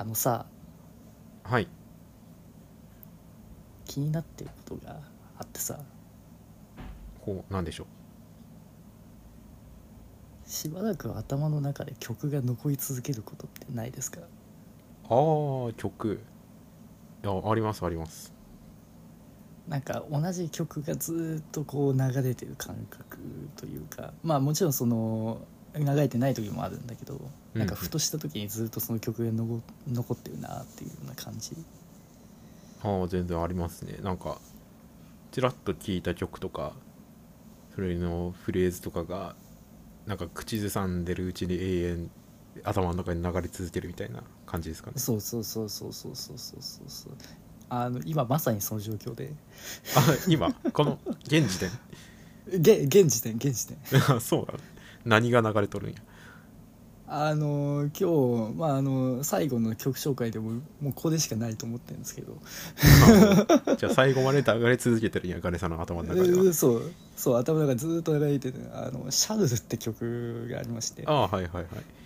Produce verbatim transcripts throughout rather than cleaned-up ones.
あのさ、 はい。 気になってることがあってさ、 ほう、なんでしょしばらく頭の中で曲が残り続けることってないですか？ う。ああ、曲。いや、あります、あります。 なんか同じ曲がずっとこう流れてる感覚というか、まあもちろんその流れてない時もあるんだけど、 うんうん。 なんかふとした時にずっとその曲が残残ってるなっていうような感じ。 ああ、全然ありますね。なんか、ちらっと聞いた曲とか、それのフレーズとかが、なんか口ずさんでるうちに永遠、頭の中に流れ続けるみたいな感じですかね。 そうそうそうそうそうそうそうそうそう。あの今まさにその状況で、 あ、今、この、現時点。 げ現時点現時点あそうなの。何が流れとるんや。 あの今日、まあ、あの最後の曲紹介でももうこれしかないと思ってるんですけど、 あもう、じゃあ最後まで流れ続けてるんや、ガネさんの頭の中では。 うそうそう頭の中ずっと流れてるあのシャルルって曲がありまして、 ああ、はいはいはい。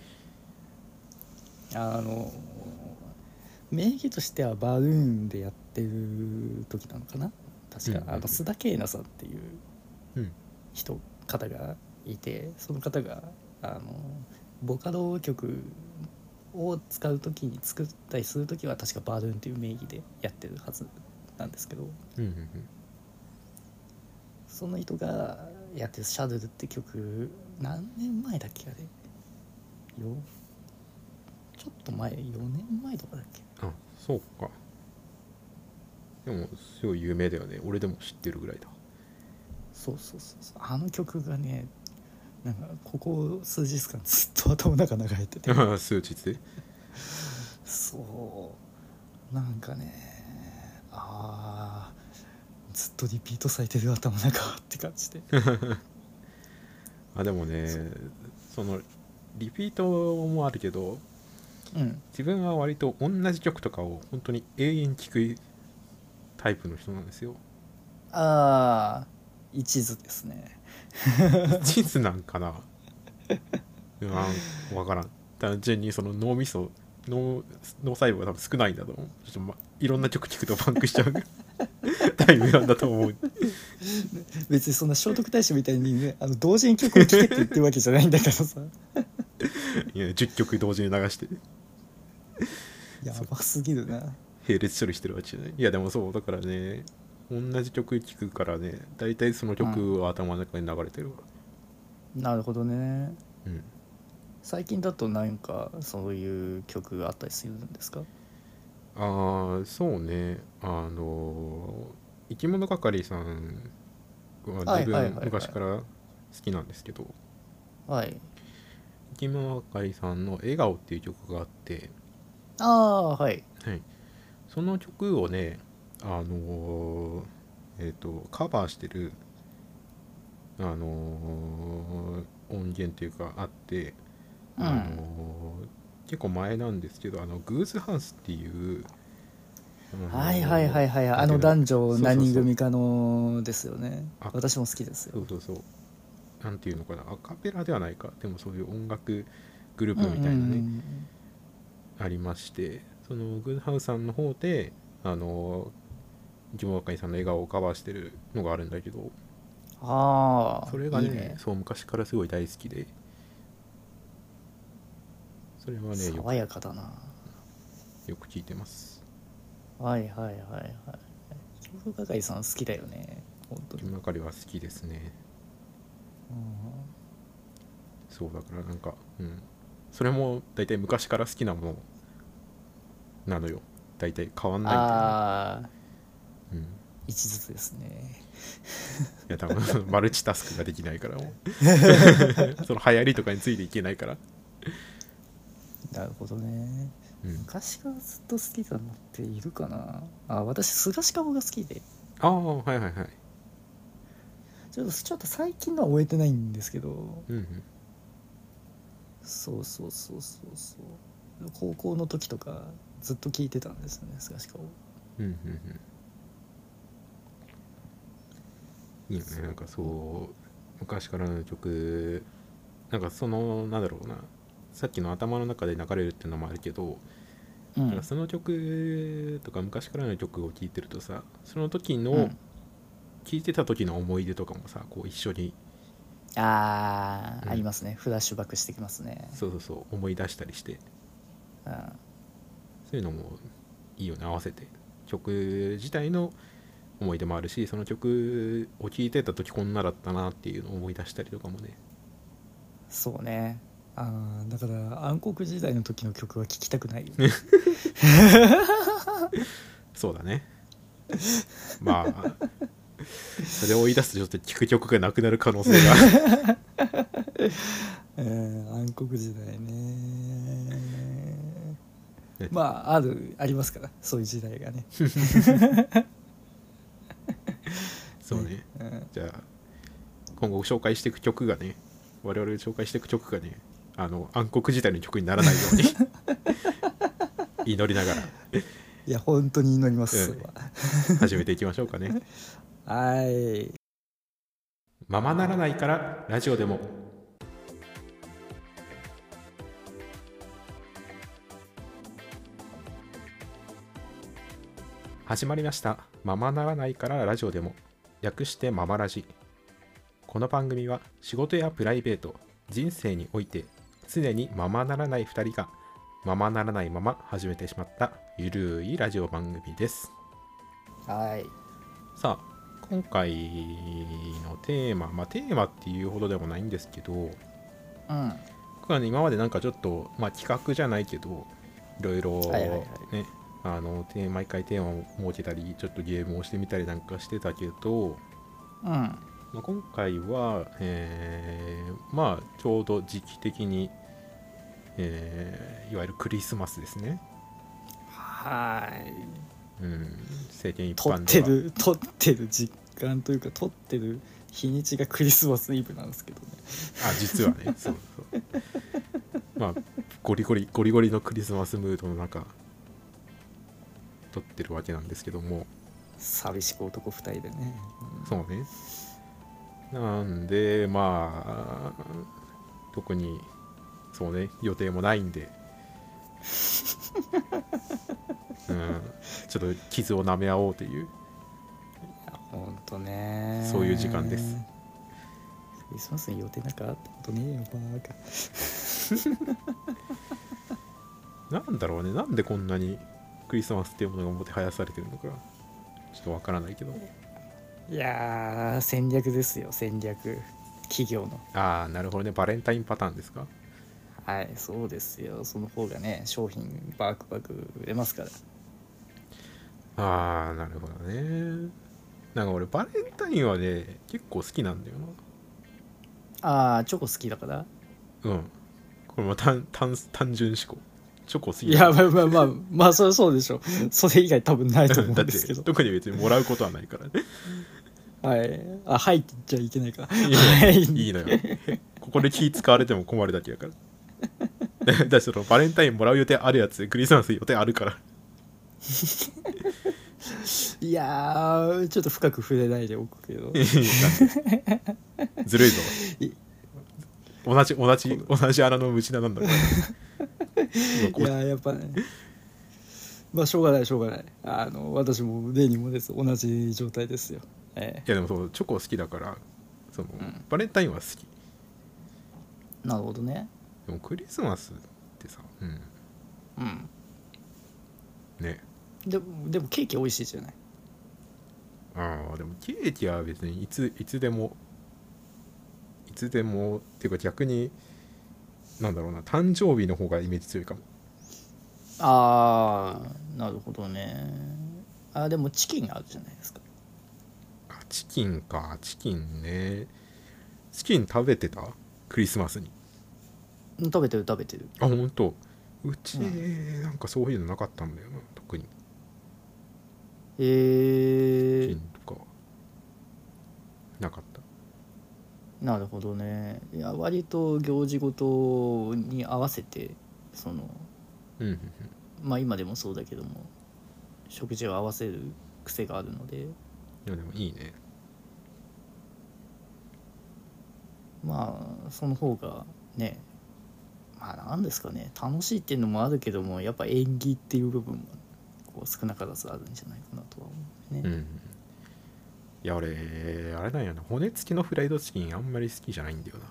あの名義としてはバルーンでやってる時なのかな、確か、 うんうんあの須田景奈さんっていううん。うん。 人方がいて、その方があのボカロ曲を使う時に作ったりする時は確かバルーンっていう名義でやってるはずなんですけど、 うんうんうん。 その人がやってる「シャドル」って曲、何年前だっけあれ、よちょっと前、よねんまえとかだっけ。 あ、そうか。でも、すごい有名だよね。俺でも知ってるぐらいだ。 そうそうそうそう、あの曲がね、なんかここ数日間ずっと頭の中流れてて、 数日で。 そうなんかね、あーずっとリピートされてる頭の中って感じで。 あ、でもそね、その、リピートもあるけど、 う、うん、 自分は割と同じ曲とかを本当に永遠聴くタイプの人なんですよ。 ああ一途ですね。 一途なんかな。うん、わからん。単純にその脳みそ、脳、脳細胞が多分少ないんだと思う。ちょっと、ま、いろんな曲聴くとパンクしちゃうタイプなんだと思う。 別にそんな聖徳太子みたいにね、あの同時に曲を聴けって言ってるわけじゃないんだからさ。 いやじゅっきょく同時に流して、 やそう、 ばすぎるな。 並列処理してるわけじゃない。いやでもそうだからね、同じ曲聴くからね、大体そのうん、 曲は頭の中に流れてるわ。 なるほどね。 うん。 最近だと何かそういう曲があったりするんですか？ ああ、そうね。あの生き物係さんは自はいはい分はいはい昔から好きなんですけど、 はい。 生き物係さんの「笑顔」っていう曲があって、 ああはい。 はい、その曲をね、あのえっ、とカバーしてる、あの音源っていうかあって、あうんの結構前なんですけど、あのグーズハウスっていう、あはいはいはのいはい、あのなんていうの、 男女何そうそうそう、 人組かのですよね。 あ、 私も好きですよ。 そうそうそう、なんていうのかな、アカペラではないか、でもそういう音楽グループうんうんうみたいなね、 ん。 ありまして、そのグッドハウスさんの方で、あの生き物係さんの笑顔をカバーしてるのがあるんだけど、 ああそれがね、 いいね。 そう昔からすごい大好きで、それはね、よく爽やかだな。 よく聞いてます。 はいはいはいはい。教育係さん好きだよね本当に。 生き物係は好きですね。そうだからなんか、うん、それも大体昔から好きなものなのよ。大体変わんないんだよね。 ああうん。い一途ですね。 や多分マルチタスクができないからもうその流行りとかについていけないから。 なるほどね。 うん。 昔からずっと好きなのっているかなあ。私菅氏顔が好きで、 ああ、はいはいはい。 ちょっとちょっと最近のは終えてないんですけど、 うんうん。 そうそうそうそうそう、高校の時とかずっと聞いてたんですよね菅氏顔。 うんうんうん。いいよね。 そうなんかそう、昔からの曲、なんかその、なんだろうな、さっきの頭の中で流れるっていうのもあるけど、 うんだからその曲とか昔からの曲を聴いてるとさ、その時のうん聴いてた時の思い出とかもさこう一緒に、 あー、 うんありますね。フラッシュバックしてきますね。 そうそうそう思い出したりして、 うんそういうのもいいよね。合わせて曲自体の思い出もあるし、その曲を聴いてた時こんなだったなっていうのを思い出したりとかもね。 そうね。あーだから暗黒時代の時の曲は聴きたくないよね。 そうだね。まあそれを追い出すとちょっと聴く曲がなくなる可能性がうん暗黒時代ね。 ねまああるありますからそういう時代がね。 そうね。 うんじゃあ今後紹介していく曲がね、我々紹介していく曲がね、あの暗黒時代の曲にならないように祈りながらいや本当に祈ります、 うん始めていきましょうかね。 はい。 ままならないからラジオでも。始まりましたままならないからラジオでも、略してママラジ。この番組は仕事やプライベート人生において常にままならないふたりがままならないまま始めてしまったゆるいラジオ番組です。 はいさあ今回のテーマ、まあテーマっていうほどでもないんですけど、 うん僕はね今までなんかちょっと、まあ、企画じゃないけどいろいろはいはいはいね、あのテーマ毎回テーマを設けたりちょっとゲームをしてみたりなんかしてたけど、 うんまあ、今回は、えーまあちょうど時期的に、えーいわゆるクリスマスですね。 はいうん、世間一撮っ般ではてる撮ってる時間というか撮ってる日にちがクリスマスイブなんですけどね。 あ実はねそうそうまあゴリゴリゴリゴリのクリスマスムードの中撮ってるわけなんですけども、 寂しく男ふたりでね、 そうね。なんでまあ特にそうね予定もないんで、うん、ちょっと傷を舐め合おうというほんとねそういう時間です。 クリスマスに予定なんかあったことねえよバカ。 なんだろうね、なんでこんなにクリスマスっていうものがもてはやされてるのかちょっとわからないけど、 いやー戦略ですよ戦略企業の。 ああなるほどね、バレンタインパターンですか。 はいそうですよ。その方がね商品バクバク売れますから。 ああなるほどね。なんか俺バレンタインはね結構好きなんだよああチョコ好きだから。 な。うんこれも単単単純思考、チョコ好きいやまあまあまあまあそれはそうでしょ。それ以外多分ないと思だっうんですけど。 て特に別にもらうことはないからね。 はいあはいって言っちゃいけないか。 いやはいいいのよここで気使われても困るだけやからだからそのバレンタインもらう予定あるやつでクリスマス予定あるからいやーちょっと深く触れないでおくけど。 ずるいぞい同じ同じ同じ穴の無地ななんだからいややっぱねまあしょうがないしょうがない。あの私も例にもです同じ状態ですよ。えいやでもそうチョコ好きだからその、 うんバレンタインは好き。 えなるほどね。 でもクリスマスってさ、うんうんね、 でもでもケーキ美味しいじゃない。 ああでもケーキは別にいついつでもいつでもっていうか逆になんだろうな、誕生日の方がイメージ強いかも。 ああなるほどね。あでもチキンあるじゃないですか。 あチキンか、チキンね。チキン食べてたクリスマスに。 うん食べてる食べてる。 あ本当。うち、 うなんかそういうのなかったんだよな特に。 えーチキン、とかなかった。 なるほどね。いや割と行事ごとに合わせてそのうんうんうん。 まあ今でもそうだけども食事を合わせる癖があるので、 いやでもいいね。 まあその方がね、ままあなんですかね、楽しいっていうのもあるけども、やっぱ演技っていう部分もこう少なからずあるんじゃないかなとは思うね。 うん。いや俺あれなんやな、骨付きのフライドチキンあんまり好きじゃないんだよな。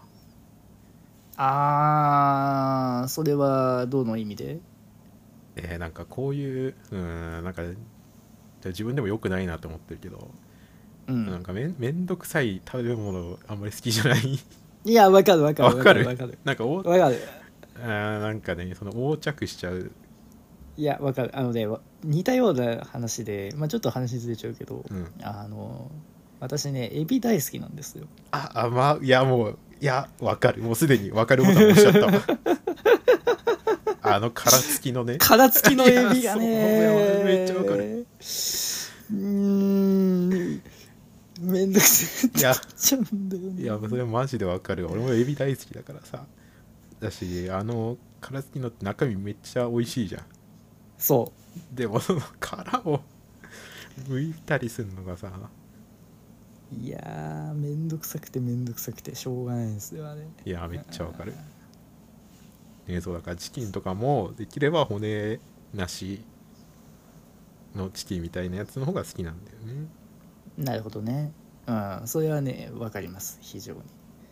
あー、それはどの意味で？ えー、なんかこういう、うん、なんか自分でも良くないなと思ってるけど、 うん。 なんかめんめんどくさい食べ物あんまり好きじゃない。 いや、わかるわかるわかわかる。 るわかる。 なんかおわかる。 あーなんかね、その横着しちゃう。 いや、わかる。あのね、わ似たような話で、まあちょっと話ずれちゃうけど、 うん。 あの、私ね、エビ大好きなんですよ。 ああまあいやもういやわかる、もうすでにわかるボタン押しちゃったわ。あの殻付きのね。 殻付きのエビがいやそうね、 めっちゃわかる。 うーん、めんどくせえっていやなっちゃうんだよね。 いやそれマジでわかる。俺もエビ大好きだからさ。だしあの殻付きのって中身めっちゃ美味しいじゃん。 そでもその殻を剥いたりするのがさ、 う。いやー、めんどくさくてめんどくさくてしょうがないんですよ、あれ。 いやめっちゃわかる。ね、そうだからチキンとかもできれば骨なしのチキンみたいなやつの方が好きなんだよね。 なるほどね。うん、それはね、わかります、非常に。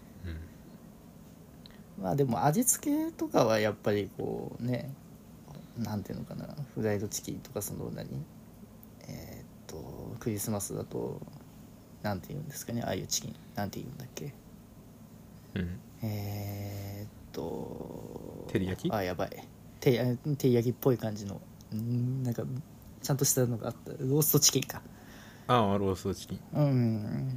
まあでも味付けとかはやっぱりこうね、なんていうのかな、フライドチキンとかその何、えーっとクリスマスだとなんて言うんですかね、ああいうチキンなんて言うんだっけ、 うん。 えーっと照り焼き。 あ、やばい、て照り焼きっぽい感じの、んなんかちゃんとしたのがあった、ローストチキンか。 ああローストチキン。 うん、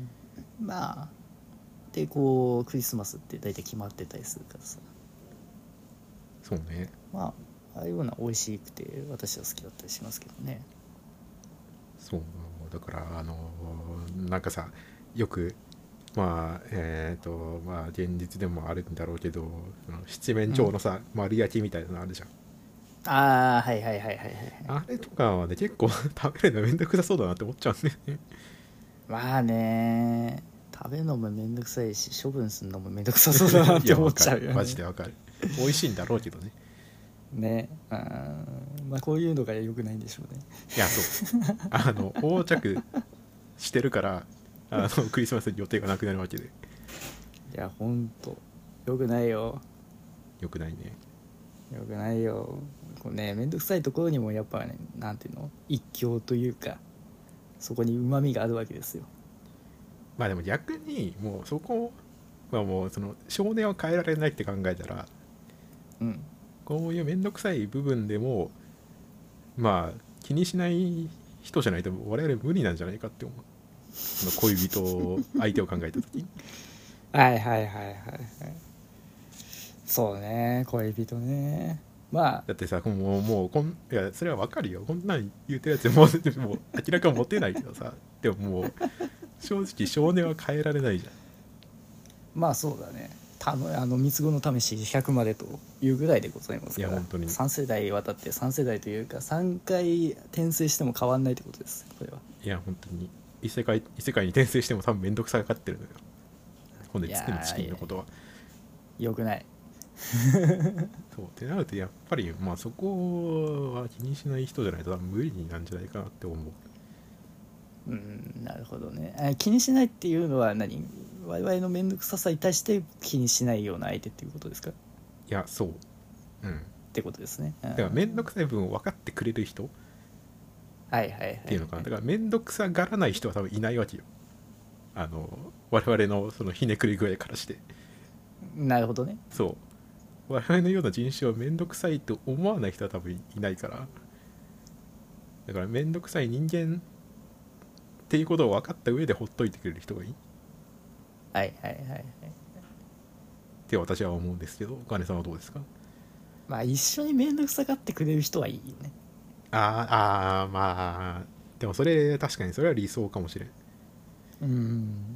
まあでこうクリスマスって大体決まってたりするからさ、 そうね。 まあああいうような美味しくて私は好きだったりしますけどね。 そうだからあのなんかさ、よくまあえっ、とまあ現実でもあるんだろうけど、その七面鳥のさ、丸焼きみたいなのあるじゃん。 ああ、はいはいはいはいはい。 あれとかはね結構食べるのめんどくさそうだなって思っちゃうんだよね。 まあね、食べるのもめんどくさいし処分するのもめんどくさそうだなって思っいやわかちゃうよね。 る、マジでわかる。美味しいんだろうけどね。 ね、うん、まあこういうのが良くないんでしょうね。 いやそうあの横着してるからあのクリスマスに予定がなくなるわけで、 いやほんと良くないよ、 よくないね。 良くないよ。こうね、めんどくさいところにもやっぱね、なんていうの、一興というかそこに旨味があるわけですよ。 まあでも逆にもうそこはもうその少年は変えられないって考えたら、 うん、 こういうめんどくさい部分でもまあ気にしない人じゃないと我々無理なんじゃないかって思う。その恋人相手を考えた時にはいはいはいはいはい、そうね、恋人ね。まあだってさもうもうこんいやそれはわかるよ、こんなん言うてるやつもうもう明らかにモテないけどさ、でももう正直少年は変えられないじゃん。 まあそうだね、たのあの三つ子の試しひゃくまでというぐらいでございますいから、 や本当に。 さん世代渡ってさん世代というかさんかい転生しても変わんないってことです、これは。 いや本当に異世界異世界に転生しても多分めんどくさがってるのよ、骨いや付きのチキンのことは。 よくない。 そうってなるとやっぱりまあそこは気にしない人じゃないと多分無理なんじゃないかなって思う。 うん、なるほどね。あ、気にしないっていうのは何、我々の面倒くささに対して気にしないような相手っていうことですか？っいやそう、うん、 てことですね。うん、 だから面倒くさい分分かってくれる人っはいはいはい、 ていうのかな。だから面倒くさがらない人は多分いないわけよ、あの我々のそのひねくり具合からして。 なるほどね。 そう我々のような人種は面倒くさいと思わない人は多分いないから、だから面倒くさい人間っていうことを分かった上でほっといてくれる人がいいっはいはいはいはい。 て私は思うんですけど、お金さんはどうですか？ まあ一緒に面倒くさがってくれる人はいいよね。 あーあーまあでもそれ確かにそれは理想かもしれん。 うん、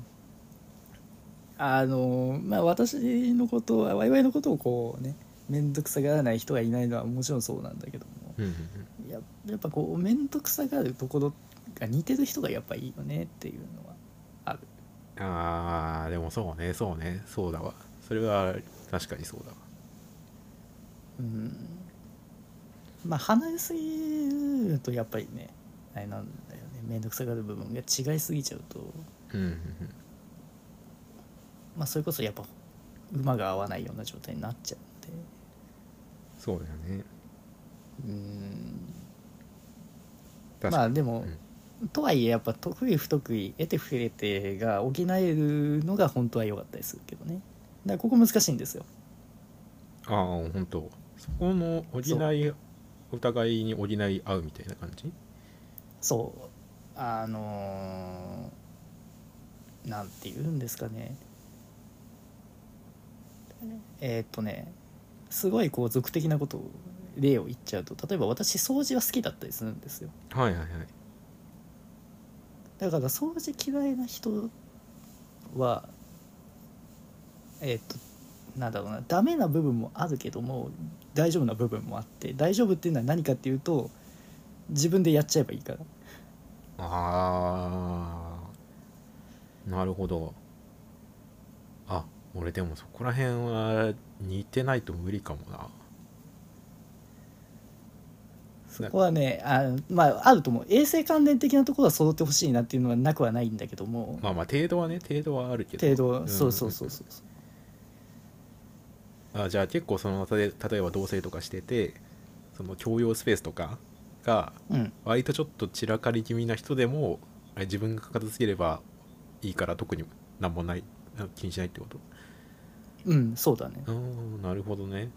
あのまあ私のことは我々のことをこうね、面倒くさがらない人がいないのはもちろんそうなんだけども、 うんうんややっぱこう面倒くさがるところが似てる人がやっぱいいよねっていうのはある。 うん、ああでもそうねそうねそうだわ、それは確かにそうだわ。 うんまあ離れすぎるとやっぱりねあれなんだよね、面倒くさがる部分が違いすぎちゃうと、 うんうんうんまあそれこそやっぱ馬が合わないような状態になっちゃうんで、 そうだよね。 うん確かに。 まあでも、 うん、 とはいえやっぱ得意不得意得手不得手が補えるのが本当は良かったりするけどね。だからここ難しいんですよ。 ああ本当。そこの補そういお互いに補い合うみたいな感じ。 そうあのーなんて言うんですかね、えーっとねすごいこう俗的なことを例を言っちゃうと、例えば私掃除は好きだったりするんですよ。 はいはいはい。 だから掃除嫌いな人はえーっとなんだろうな、ダメな部分もあるけども大丈夫な部分もあって、大丈夫っていうのは何かっていうと自分でやっちゃえばいいから。 ああなるほど。あ俺でもそこら辺は似てないと無理かもな。なそこはねあまああると思う、衛生関連的なところは揃ってほしいなっていうのはなくはないんだけども、 まあまあ程度はね程度はあるけど。 程度うんそうそうそうそうそうあじゃあ結構その例え例えば同棲とかしててその共用スペースとかがうん割とちょっと散らかり気味な人でもあれ自分が片付ければいいから特になんもない気にしないってこと。 うんそうだね。 ああなるほどね。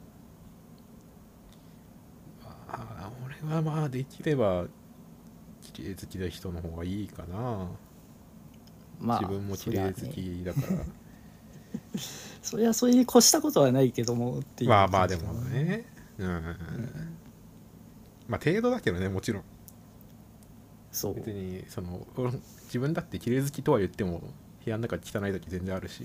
あ俺はまあできれば綺麗好きな人の方がいいかな。自まあ分も綺麗好そりゃねきだからそれはそれに越したことはないけどもっていうまあまあでも感じかな。 ねうん、 うんまあ程度だけどねもちろん。 そう別にその俺自分だって綺麗好きとは言っても部屋の中汚い時全然あるし。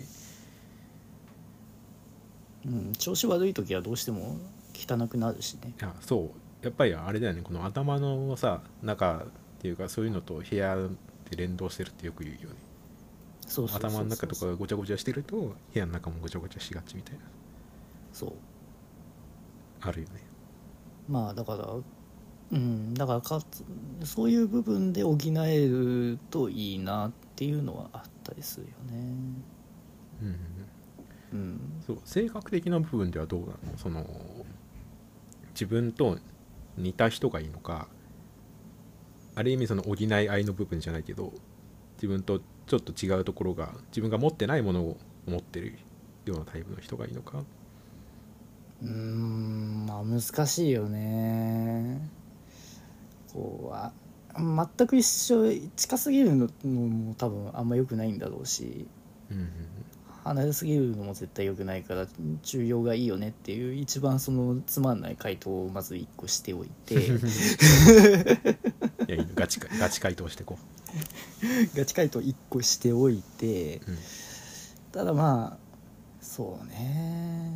うん、調子悪い時はどうしても汚くなるしね。 いやそうやっぱりあれだよねこの頭のさ中っていうかそういうのと部屋で連動してるってよく言うよね。 そうそうそうそう頭の中とかがごちゃごちゃしてると部屋の中もごちゃごちゃしがちみたいなそうあるよね。 まあだからうんだからかつそういう部分で補えるといいなっていうのはあったりするよね。 うんうんそう性格的な部分ではどうなのその自分と似た人がいいのかある意味その補い合いの部分じゃないけど自分とちょっと違うところが自分が持ってないものを持ってるようなタイプの人がいいのか。 うーんまあ難しいよね。こうは全く一緒近すぎるのも多分あんま良くないんだろうし、 うんうん離れすぎるのも絶対良くないから中庸がいいよねっていう一番そのつまんない回答をまず一個しておいていやいいのガチかガチ回答してこガチ回答一個しておいて、 う、うん、 ただまあそうね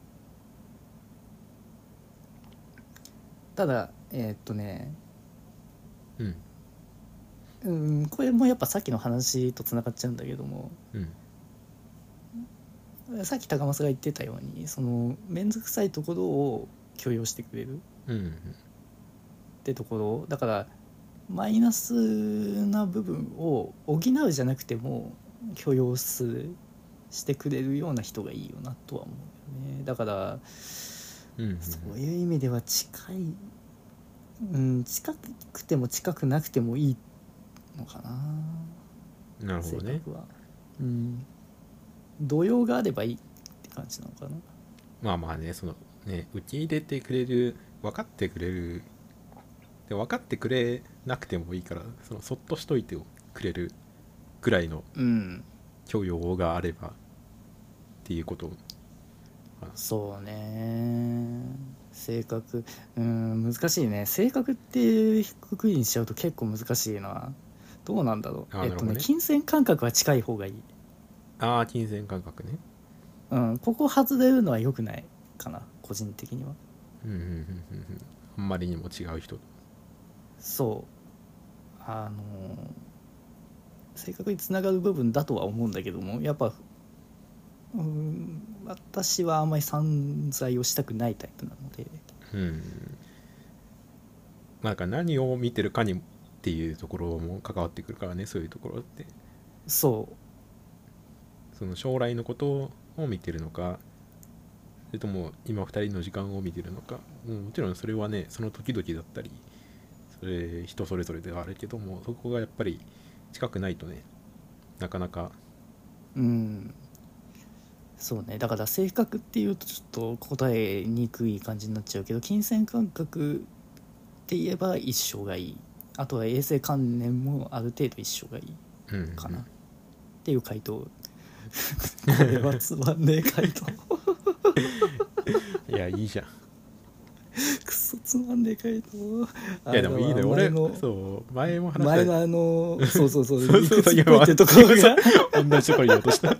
ただえーっとねうんうんこれもやっぱさっきの話とつながっちゃうんだけども、 うんさっき高松が言ってたようにその面倒くさいところを許容してくれるうんってところだから、マイナスな部分を補うじゃなくても許容するしてくれるような人がいいよなとは思うよね。だからうんうんそういう意味では近い、うん、近くても近くなくてもいいのかな。 なるほどね。 性格は、うん、度量があればいいって感じなのかな。 まあまあねそのね受け入れてくれる分かってくれるで分かってくれなくてもいいからそのそっとしといてくれるぐらいのうん許容があればっていうことかな。 そうね性格うん難しいね。性格ってくくりにしちゃうと結構難しいな。どうなんだろう。えっとねあーなるほどね。 金銭感覚は近い方がいい。 ああ金銭感覚ね。 うんここ外れるのは良くないかな個人的には。 うんうんうんうんうんあんまりにも違う人。 そうあの性格につながる部分だとは思うんだけどもやっぱうん私はあんまり散財をしたくないタイプなので。 うんまあ、なんか何を見てるかにっていうところも関わってくるからね、そういうところって。 そその将来のことを見てるのか、それとも今ふたりの時間を見てるのか、うん、もちろんそれはねその時々だったり、それ人それぞれではあるけども、そこがやっぱり近くないとね、なかなか。 ううんそうね、だから性格っていうとちょっと答えにくい感じになっちゃうけど、金銭感覚って言えば一緒がいい。あとは衛生観念もある程度一緒がいいうん、 かなっていう回答。これはつまんねえ回答。 いやいいじゃん。 クソつまんねえ回答。 いやでもいいのよ、俺のそう前も話した前のあのそうそうそうそうそうそう理屈っぽいってところが同じところに落とした。 い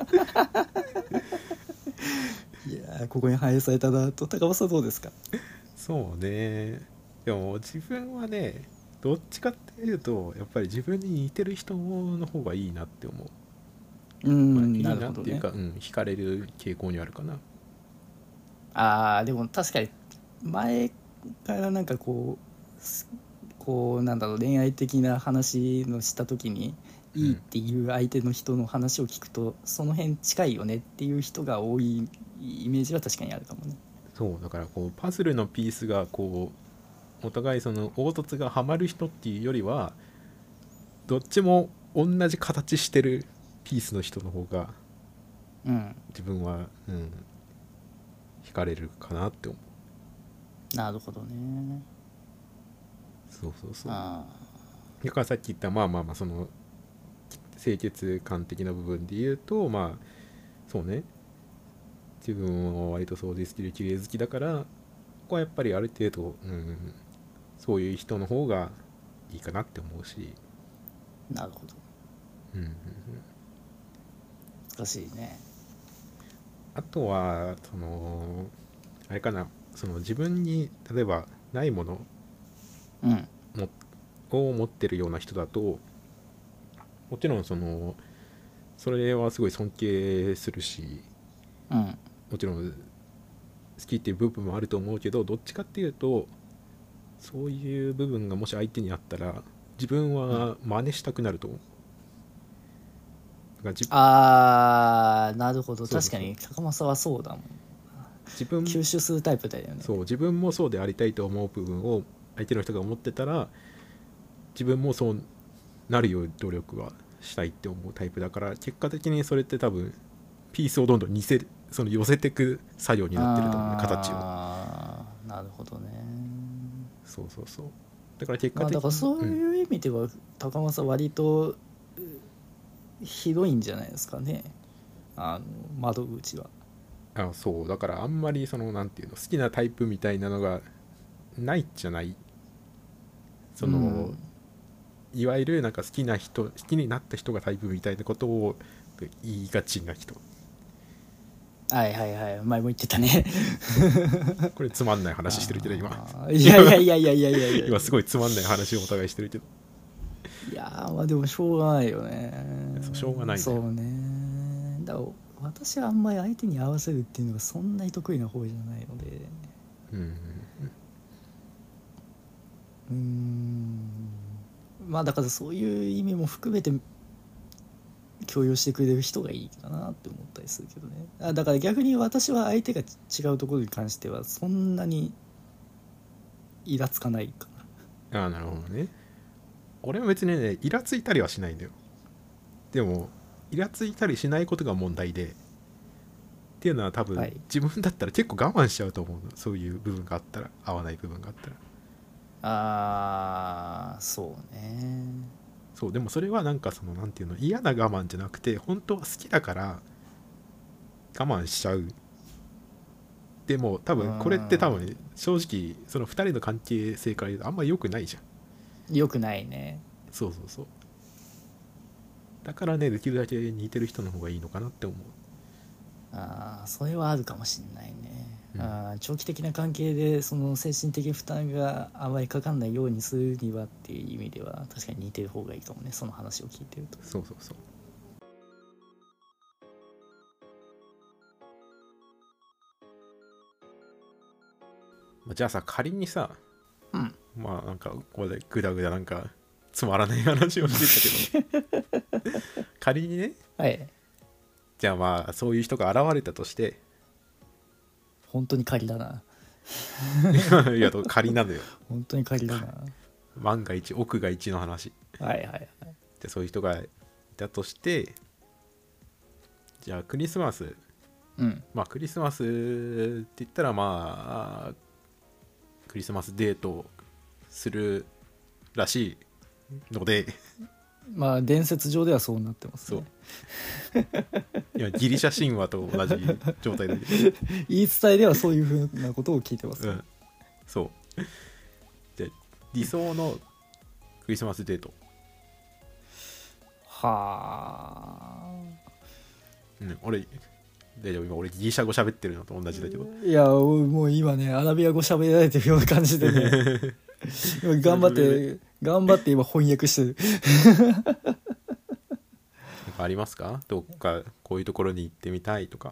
やここに反映されたなと。高松さんどうですか？ そうね、でも自分はねどっちかっていうとやっぱり自分に似てる人の方がいいなって思う。 うまあ、いいんなるほどね。 なっていうか、うん、惹かれる傾向にあるかな。 あーでも確かに前からなんかこうすこうなんだろう恋愛的な話のした時にいいっていう相手の人の話を聞くと、その辺近いよねっていう人が多いイメージは確かにあるかもね。 そうだからこうパズルのピースがこうお互いその凹凸がはまる人っていうよりは、どっちも同じ形してるピースの人の方がうん自分は、うん、惹かれるかなって思う。 なるほどね。 そうそうそう。 あだからさっき言ったまあまあまあその清潔感的な部分で言うと、まあそうね、自分は割と掃除好きで綺麗好きだから、ここはやっぱりある程度、うん、そういう人の方がいいかなって思うし、 ーなるほど。 うんうんうん、 難しいね。 あとはそのあれかな、その自分に例えばないものうんもを持ってるような人だと、もちろんそのそれはすごい尊敬するし、 うんもちろん好きっていう部分もあると思うけど、どっちかっていうとそういう部分がもし相手にあったら自分は真似したくなると思う。だからじあーなるほど。 そうそうそう、 確かに高政はそうだもん。 自分吸収するタイプだよね。 そう自分もそうでありたいと思う部分を相手の人が思ってたら、自分もそうなるように努力はしたいって思うタイプだから、結果的にそれって多分ピースをどんどん似せその寄せていく作業になってると思うね、形を。 ああなるほどね。 そうそうそう、だから結果まあ的に、 だからそううん、 いう意味では高政割とひどいんじゃないですかね、あの窓口は。 あそうだからあんまりそのなんていうの好きなタイプみたいなのがないじゃない。その、 うんいわゆるなんか好きな人好きになった人がタイプみたいなことを言いがちな人。 はいはいはい前も言ってたね。 これつまんない話してるけど今あーいやいやいやいやいやいやいや今すごいつまんない話をお互いしてるけど、 いやーまあでもしょうがないよね。 そうしょうがないね。 そうね。だから私はあんまり相手に合わせるっていうのがそんなに得意な方じゃないので、 うんうーんまあだからそういう意味も含めて共有してくれる人がいいかなって思ったりするけどね。あだから逆に私は相手が違うところに関してはそんなにイラつかないかああなるほどね。俺は別にねイラついたりはしないんだよ。でもイラついたりしないことが問題で、っていうのは多分、 な。はい。 自分だったら結構我慢しちゃうと思うの、そういう部分があったら、合わない部分があったら。 あーそうね。 そうでもそれはなんかそのなんていうの嫌な我慢じゃなくて、本当は好きだから我慢しちゃう。でも多う分これって多ん分正直そのふたりの関係性から言うとあんまり良くないじゃん。 よくないね。 そうそうそう、だからねできるだけ似てる人の方がいいのかなって思う。 あーそれはあるかもしれないね、 うんあー長期的な関係でその精神的負担があまりかかんないようにするにはっていう意味では確かに似てる方がいいかもね、その話を聞いてると。 そうそうそう。 じゃあさ仮にさ、 うんまあなんかこれでグダグダなんかつまらない話をしてたけど仮にね、 はいじゃあまあそういう人が現れたとして本当に仮だな。 いや仮なのよ。 本当に仮だな。 万が一億が一の話はいはいはい。 で、そういう人がいたとして、じゃあクリスマス、 うんまあクリスマスって言ったらまあクリスマスデートをするらしいので、 まあ伝説上ではそうなってますそうね。 いやギリシャ神話と同じ状態で、 言い伝えではそういうふうなことを聞いてます、ねうん、そうで理想のクリスマスデート、 はうん、俺大丈夫今俺ギリシャ語喋ってるのと同じだけど、 あ。いやもう今ねアラビア語喋られてるような感じでね今頑張って頑張って今翻訳してる。 なんかありますか？どっかこういうところに行ってみたいとか。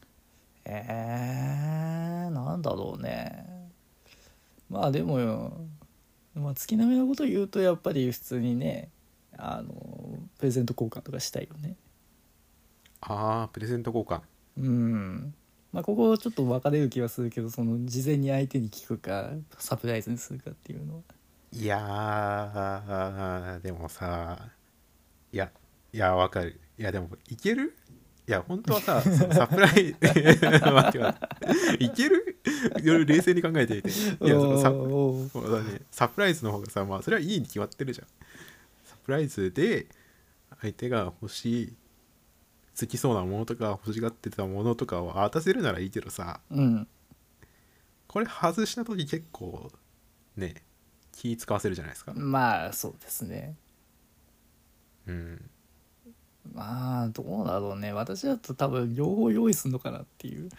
えー、なんだろうね。まあでもよ、まあ、月並みのこと言うとやっぱり普通にね、あのプレゼント交換とかしたいよね。 ああプレゼント交換、 うんまあここちょっと分かれる気はするけど、その事前に相手に聞くかサプライズにするかっていうのは。 いやーでもさ、いやいやわかる、いやでもいける、いや本当はさそのサプライ待って待っていける、いろいろ冷静に考えてみて、いやそのサおーそうだね、サプライズの方がさ、まあそれはいいに決まってるじゃん。サプライズで相手が欲しい好きそうなものとか欲しがってたものとかを渡せるならいいけどさ、 うんこれ外した時結構ね気使わせるじゃないですか。 まあそうですね。 うんまあどうだろうね。私だと多分両方用意するのかなっていう。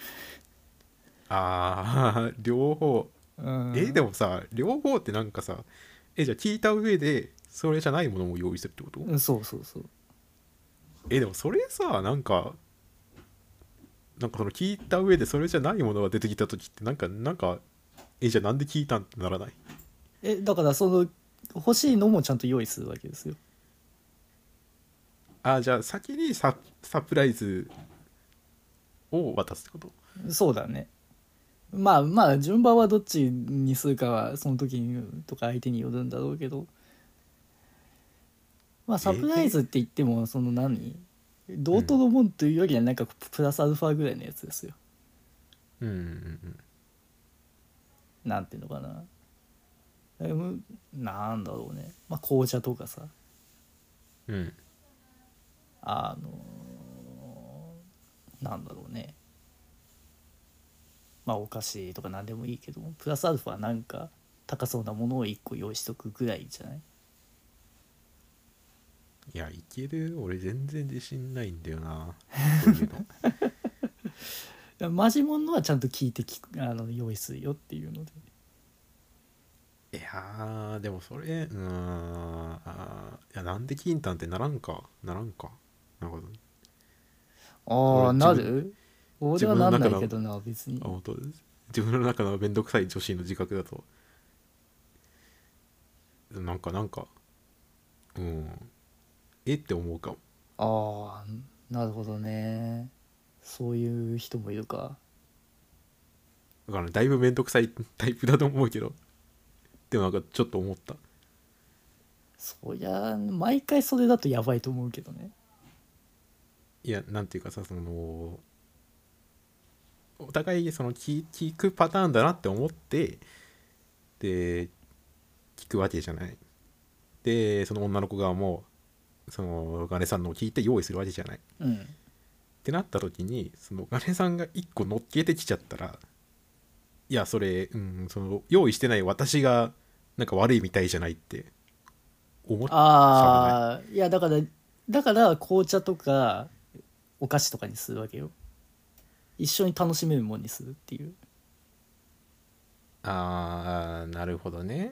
あー両方、 うんえでもさ両方ってなんかさ、えじゃあ聞いた上でそれじゃないものも用意するってこと？ そうそうそう。 えでもそれさなんかなんかその聞いた上でそれじゃないものが出てきた時ってなんかなんかえじゃあなんで聞いたんってならない？ えだからその欲しいのもちゃんと用意するわけですよ。 あじゃあ先にサ、サプライズを渡すってこと？ そうだね。まあまあ順番はどっちにするかはその時にとか相手によるんだろうけど、まあサプライズって言ってもその何同等のもんというよりはなんかプラスアルファぐらいのやつですよ。 うんうんうんなんていうのかな、えむなんだろうね、まあ紅茶とかさ、 うんうんあのなんだろうね、まあお菓子とか何でもいいけどプラスアルファなんか高そうなものをいっこ用意しとくぐらいじゃない？ いやいける、俺全然自信ないんだよなそういうのマジモンのはちゃんと聞いてきあの用意するよっていうので。 いやーでもそれうーんあーいやなんでキンタンってならんかならんかなるほど。 ああ俺自分なる？俺自はなん分の中のないけどな別にあ。本当です自分の中のめんどくさい女子の自覚だとなんかなんかうんえって思うかも。 ああなるほどね。そういう人もいるか。 だからだいぶめんどくさいタイプだと思うけど、でもなんかちょっと思った。 そりゃ毎回それだとやばいと思うけどね。 いやなんていうかさそのお互いその聞聞くパターンだなって思ってで聞くわけじゃない。でその女の子側もそのガネさんのを聞いて用意するわけじゃないっうんてなった時に、そのガネさんが一個乗っけてきちゃったら、いやそれ、うん、その用意してない私がなんか悪いみたいじゃないって思っちゃわない？ ああいやだからだから紅茶とかお菓子とかにするわけよ。一緒に楽しめるもんにするっていう。 あーなるほどね、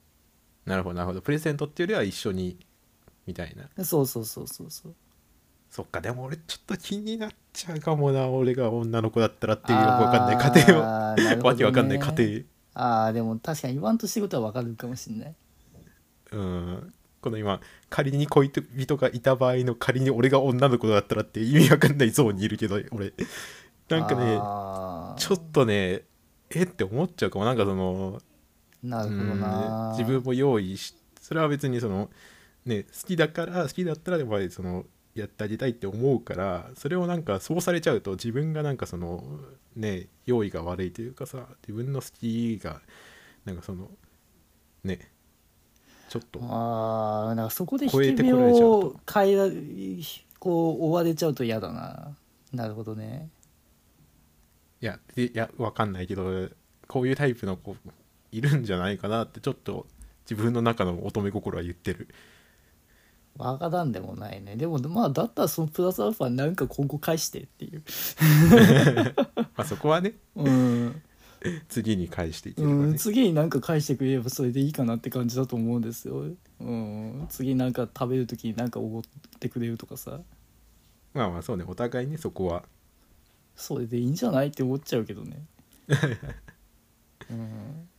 なるほどなるほど、プレゼントっていうよりは一緒にみたいな。 そうそうそうそうそう。 そっか、でも俺ちょっと気になっちゃうかもな、俺が女の子だったらっていうよくわかんない家庭を、 ああなるほわけわかんないどね。 家ああでも確かに言わんとしてることはわかるかもしれない。 庭。うんこの今仮に恋人がいた場合の仮に俺が女の子だったらって意味わかんないゾーンにいるけど、俺なんかねあちょっとねえって思っちゃうかも。なんかそのあなうるほどんな。 自分も用意し、それは別にそのね好きだから好きだったらやっぱりそのやってあげたいって思うから、それをなんかそうされちゃうと自分がなんかそのね用意が悪いというかさ、自分の好きがなんかそのねちょっとああなんかそこで引き目超えてこられちゃうと、 を変えらこう追われちゃうと嫌だな。なるほどね。 いやでいやわかんないけど、こういうタイプの子いるんじゃないかなってちょっと自分の中の乙女心は言ってる。 わからんでもないね。でもまあだったらそのプラスアルファなんか今後返してっていう。 まあそこはねうん次に返していければうん、 ね。 次になんか返してくれればそれでいいかなって感じだと思うんですよ、うん、次なんか食べる時になんかおごってくれるとかさ、 まあまあそうね、お互いにそこはそれでいいんじゃないって思っちゃうけどね、うん、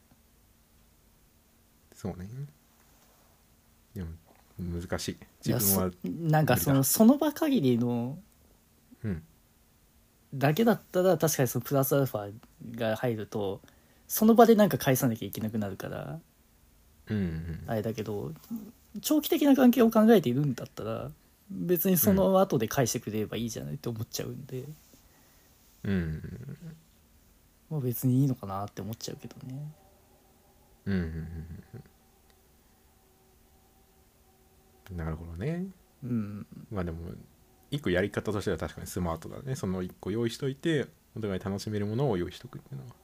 そうね。でも難しい。 いやそ自分はなんかそのその場限りのうんだけだったら確かにそのプラスアルファが入るとその場でなんか返さなきゃいけなくなるからうんうんあれだけど、長期的な関係を考えているんだったら別にその後で返してくれればいいじゃないって思っちゃうんで、 うんうんまあ、別にいいのかなって思っちゃうけどね。 うんうんうん、なるほどね。 うん、 まあでも一個やり方としては確かにスマートだね。その一個用意しといてお互い楽しめるものを用意しとくっていうのは。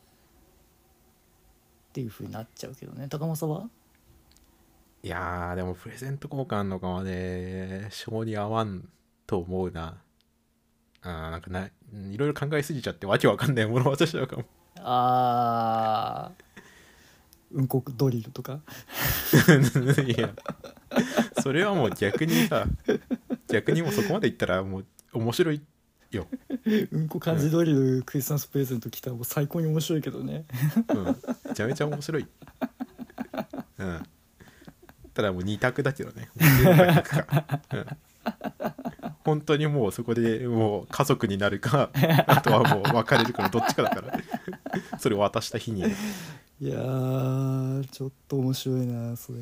っていう風になっちゃうけどね。高政は？ いやーでもプレゼント交換のかはね性に合わんと思うな。あーなんかないいろいろ考えすぎちゃってわけわかんないもの渡しちゃうかも。 あーうんこドリルとかいやそれはもう逆にさ、逆にもうそこまでいったらもう面白いよ。 うんこ漢字ドリルクリスマスプレゼント来たらもう最高に面白いけどね。 うん、めちゃめちゃ面白い。うん、ただもう二択だけどね。うん、本当にもうそこでもう家族になるかあとはもう別れるかのどっちかだからそれを渡した日に。 いやーちょっと面白いなそれ。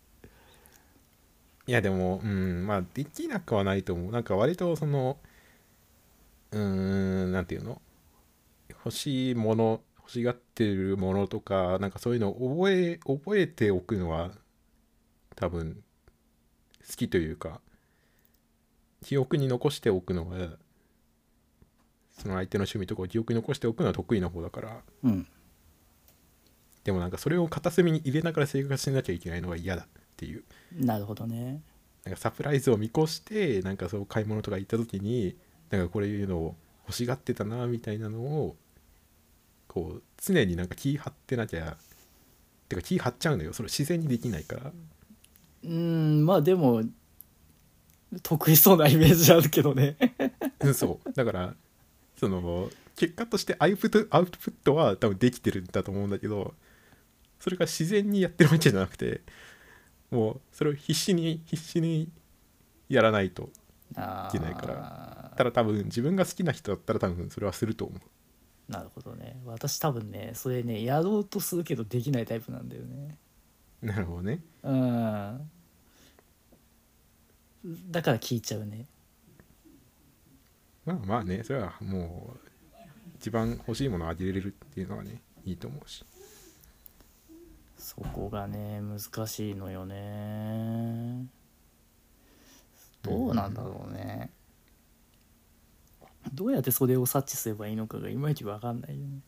いやでもうんまあできなくはないと思う。なんか割とそのうーんなんていうの、欲しいもの欲しがってるものとかなんかそういうのを覚え覚えておくのは多分好きというか、記憶に残しておくのはその相手の趣味とかを記憶に残しておくのは得意な方だから。 うんでもなんかそれを片隅に入れながら生活しなきゃいけないのが嫌だっていう。 なるほどね。 なんかサプライズを見越してなんかそう買い物とか行った時になんかこれいうのを欲しがってたなみたいなのをこう常になんか気張ってなきゃ、てか気張っちゃうのよ。それ自然にできないから。 うーんまあでも得意そうなイメージあるけどね。 うんそうだからその結果としてアウトプットアウトプットは多分できてるんだと思うんだけど、それが自然にやってるわけじゃなくてもうそれを必死に必死にやらないといけないから。ただ多分自分が好きな人だったら多分それはすると思う。 なるほどね。私多分ねそれねやろうとするけどできないタイプなんだよね。 なるほどね。 うんだから聞いちゃうね。 まあまあね、それはもう一番欲しいものをあげれるっていうのはねいいと思うし。 そこがね難しいのよね。どうなんだろうね、うん、どうやってそれを察知すればいいのかがいまいち分かんないよね。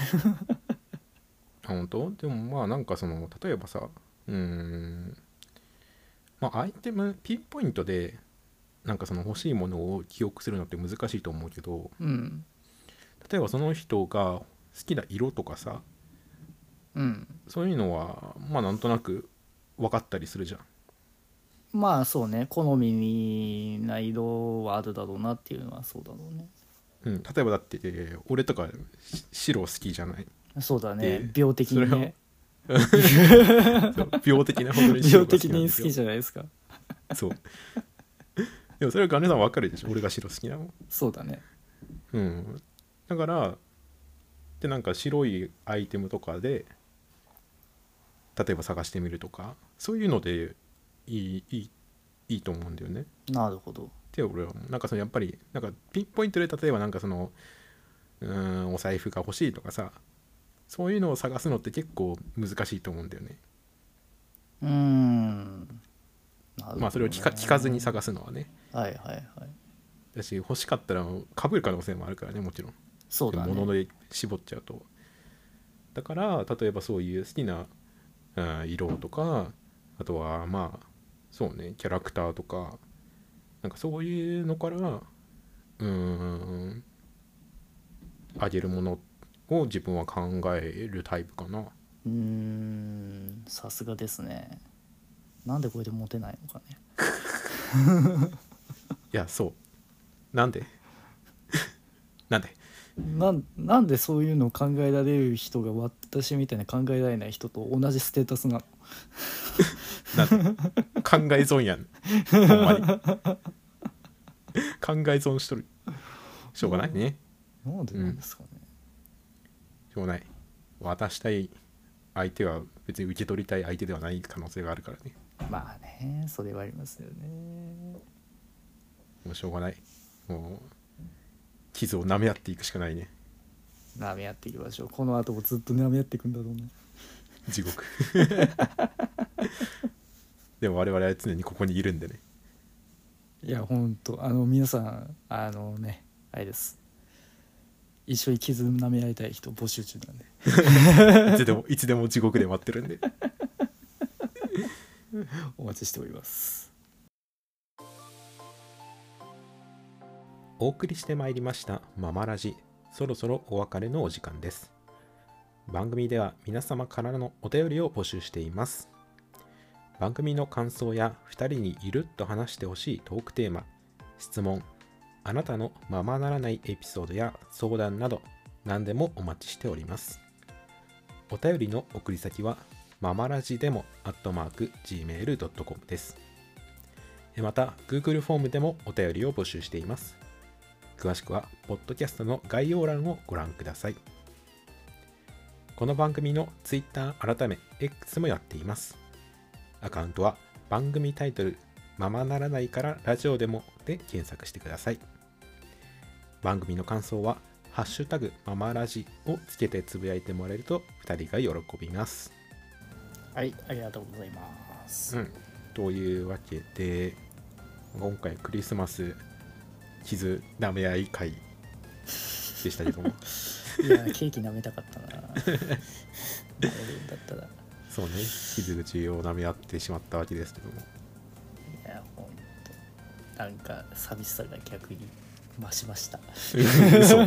本当でもまあなんかその例えばさうーんまあアイテムピンポイントでなんかその欲しいものを記憶するのって難しいと思うけど、 うん、 例えばその人が好きな色とかさ、 うん、 そういうのはまあなんとなく分かったりするじゃん。 まあそうね、好みな色はあるだろうなっていうのはそうだろうね。 うん、例えばだって、えー俺とかし白好きじゃない。 そうだね、 で病的それをにね。 そう病的な本当に白病が好的に好ききなんですよ。 じゃないですか。 そうでもそれはガネさん分かるでしょ、俺が白好きなの。 そうだね。 うんだからでなんか白いアイテムとかで例えば探してみるとかそういうのでいいいいいいと思うんだよね。 なるほど。 で俺はなんかそのやっぱりなんかピンポイントで例えばなんかそのうーんお財布が欲しいとかさそういうのを探すのって結構難しいと思うんだよね。 うーん、なるほどね。 まあそれを聞か聞かずに探すのはね。 はいはいはい。 だし欲しかったら被る可能性もあるからねもちろん。 そうだね。 物で絞っちゃうと。だから例えばそういう好きな、うん、色とかあとはまあそうねキャラクターとかなんかそういうのからうーんあげるものを自分は考えるタイプかな。 うーん、さすがですね。なんでこれでモテないのかね。 いやそうなんでなんでなんなんでそういうのを考えられる人が私みたいな考えられない人と同じステータスなの。 なんで考え損やんほんまに考え損しとる。しょうがないね。 なんでなんですかね。 しょうがない。渡したい相手は別に受け取りたい相手ではない可能性があるからね。 まあね、それはありますよね。 もうしょうがない。もう傷を舐め合っていくしかないね。 舐め合っていきましょう。この後もずっと舐め合っていくんだろうね。 地獄でも我々は常にここにいるんでね。 いやほんとあの皆さんあのねあれです。一緒に傷舐め合いたい人募集中なんでいつでもいつでも地獄で待ってるんでお待ちしております。 お送りしてまいりましたママラジ、そろそろお別れのお時間です。番組では皆様からのお便りを募集しています。番組の感想やふたりにゆるっと話してほしいトークテーマ、質問、あなたのままならないエピソードや相談など何でもお待ちしております。お便りの送り先はママラジでもアットマーク ジーメールドットコム です。また Google フォームでもお便りを募集しています。詳しくはポッドキャストの概要欄をご覧ください。この番組の Twitter 改め X もやっています。アカウントは番組タイトルままならないからラジオでもで検索してください。番組の感想はハッシュタグママラジをつけてつぶやいてもらえるとふたりが喜びます。 はい、ありがとうございます。 うん、というわけで今回クリスマス傷舐め合い会でしたけどもいやケーキ舐めたかったな舐めるんだったら。 そうね、傷口を舐め合ってしまったわけですけども、 いやほんとなんか寂しさが逆に増しました。 嘘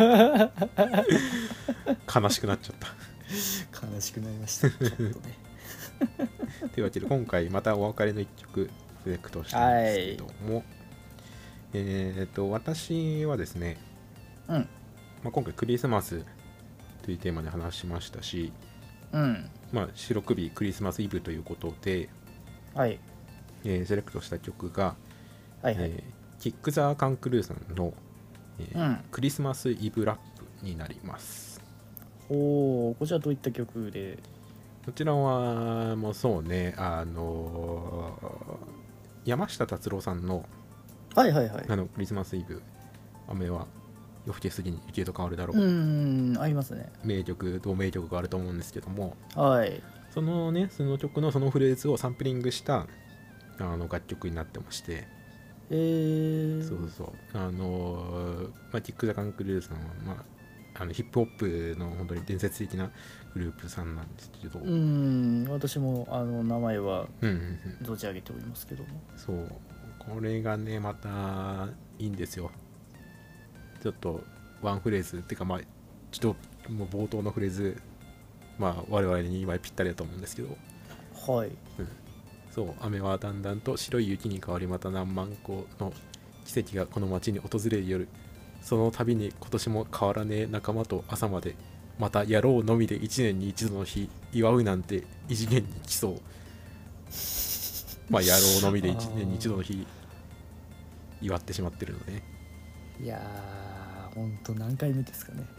悲しくなっちゃった悲しくなりましたちょっとねというわけで今回またお別れの一曲セレクトしたんですけども、はい、えっと私はですね、 うんまあ、今回クリスマスというテーマで話しましたし、 うんまあ、白首クリスマスイブということで、 はいえー、セレクトした曲が、 はいはい、 えー、キック・ザ・カンクルーさんの、えーうん、 クリスマスイブラップになります。 おお、こちらどういった曲で？ こちらはもうそうね、あのー、山下達郎さんのはいはいはい、 あのクリスマスイブ雨は夜更けすぎに雪へと変わるだろう、 うーん、ありますね。 名曲同名曲があると思うんですけども、 はい、 そのねその曲のそのフレーズをサンプリングしたあの楽曲になってまして、 えー、 そうそうあのー、まあ、キック・ザ・カンクルーさんは、まあ、あのヒップホップの本当に伝説的なグループさんなんですけど、 うーん、私もあの名前はうんうんうん存じ上げておりますけども、 そうこれがねまたいいんですよ。ちょっとワンフレーズっていうかまあちょっともう冒頭のフレーズまあ我々に今ぴったりだと思うんですけど、 はい、 うん、 そう雨はだんだんと白い雪に変わり、また何万個の奇跡がこの街に訪れる夜、その度に今年も変わらねえ仲間と朝まで、また野郎のみで一年に一度の日祝うなんて異次元に来そう。まあ野郎のみで一年に一度の日祝ってしまってるのね。 いやーほんと何回目ですかね。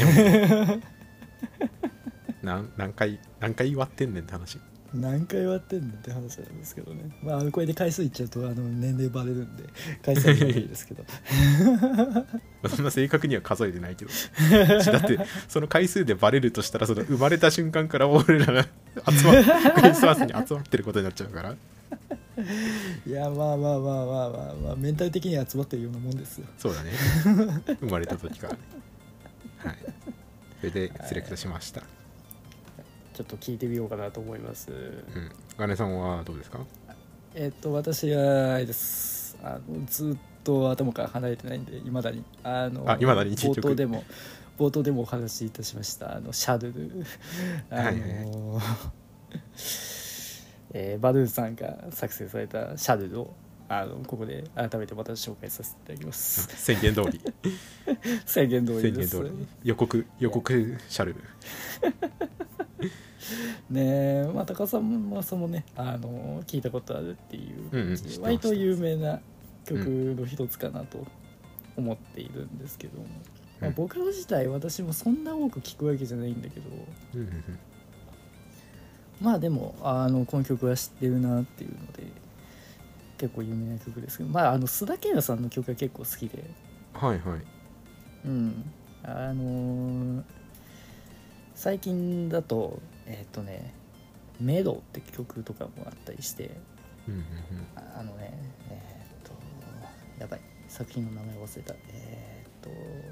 何何回何回祝ってんねんって話。 何回割ってんのって話なんですけどね。まあこれで回数いっちゃうとあの年齢バレるんで回数は言わないですけどそんな正確には数えてないけどだってその回数でバレるとしたら、その生まれた瞬間から俺らが集まっクリスマスに集まってることになっちゃうから。 いやまあまあまあまあまあ、まあ、メンタル的には集まってるようなもんですよ。 そうだね生まれた時からね。はい、それでセレクトしました。はい、 ちょっと聞いてみようかなと思います。うん。 ガネさんはどうですか？ えっと私はあれです。あのずっと頭から離れてないんで、いまだにあのあ未だに冒頭でも冒頭でもお話しいたしましたあのシャルルあの、はいはいはいえー、バルーンさんが作成されたシャルルをあのここで改めてまた紹介させていただきます。 宣言通り宣言通りです。 宣言通り予告予告シャルルねえ、まあ、高さんもそもねあの聞いたことあるっていう、 うんうん、 割と有名な曲の一つかなと思っているんですけども、うんまあ、ボカロ自体私もそんな多く聞くわけじゃないんだけど、 うんうんうん、 まあでもあのこの曲は知ってるなっていうので結構有名な曲ですけど、まああの須田景凪さんの曲が結構好きで、 はいはい、 うんあのー、最近だとえっとねメドって曲とかもあったりして、 うんうんうん、 あのねえっとやばい作品の名前忘れたえっと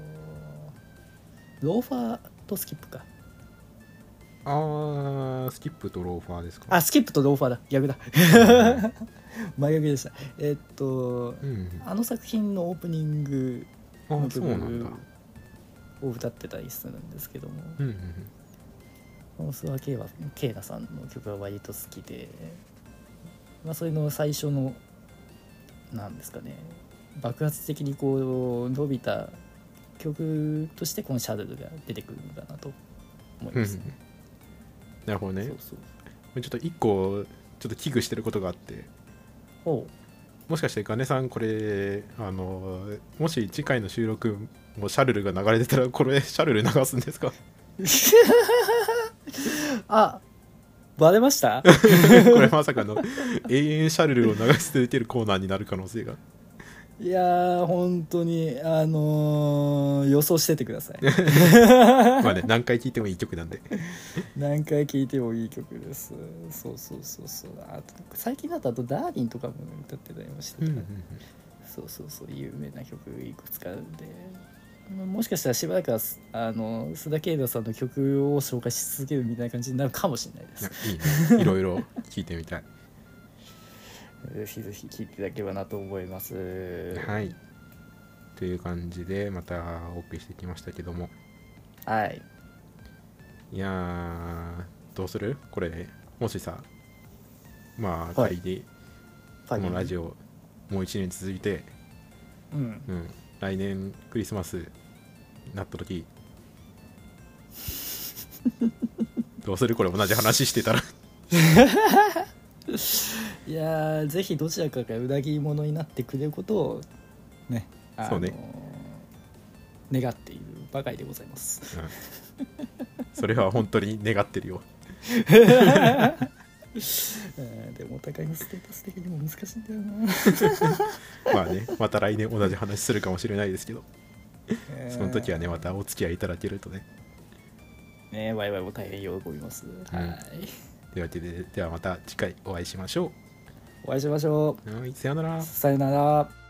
ローファーとスキップか。 あースキップとローファーですか。 あスキップとローファーだ逆だ真逆でした。えっと、うんうん、あの作品のオープニングの曲を歌ってたりするんですけども、 うんうんうん、 この諏訪慶は慶奈さんの曲が割と好きで、まあ、それの最初のなんですかね爆発的にこう伸びた曲としてこのシャルルが出てくるのかなと思いますね、うん、 なるほどね。 そうそうちょっと一個ちょっと危惧してることがあって、 ほうもしかしてガネさんこれあのもし次回の収録もシャルルが流れてたらこれシャルル流すんですか？ あバレましたこれまさかの永遠シャルルを流し続けるコーナーになる可能性が。 いやー本当にあのー、予想しててくださいまあね何回聴いてもいい曲なんで何回聴いてもいい曲です。そうそうそうそう。あと最近だとあとダーリンとかも歌ってたりもして、うんうんうん、そうそうそう有名な曲いくつかあるんで、もしかしたらしばらくはあの須田景凪さんの曲を紹介し続けるみたいな感じになるかもしれないです。 いいね、いろいろ聴いてみたいぜひぜひ聴いていただければなと思います。 はい、という感じでまたお送りしてきましたけども、 はい、 いやどうするこれ、もしさまあ仮にこのラジオもういちねん続いて、 うんうん、来年クリスマスになった時どうするこれ同じ話してたらいやぜひどちらかが裏切り者になってくれることをね、あのー、 そうね願っているばかりでございます、 うん、それは本当に願ってるよでもお互いのステータス的にも難しいんだよなまあねまた来年同じ話するかもしれないですけど、その時はねまたお付き合いいただけるとねねワイワイも大変喜びます、うん、はいというわけでではまた次回お会いしましょう。 お会いしましょう。はい、さよなら。 さよなら。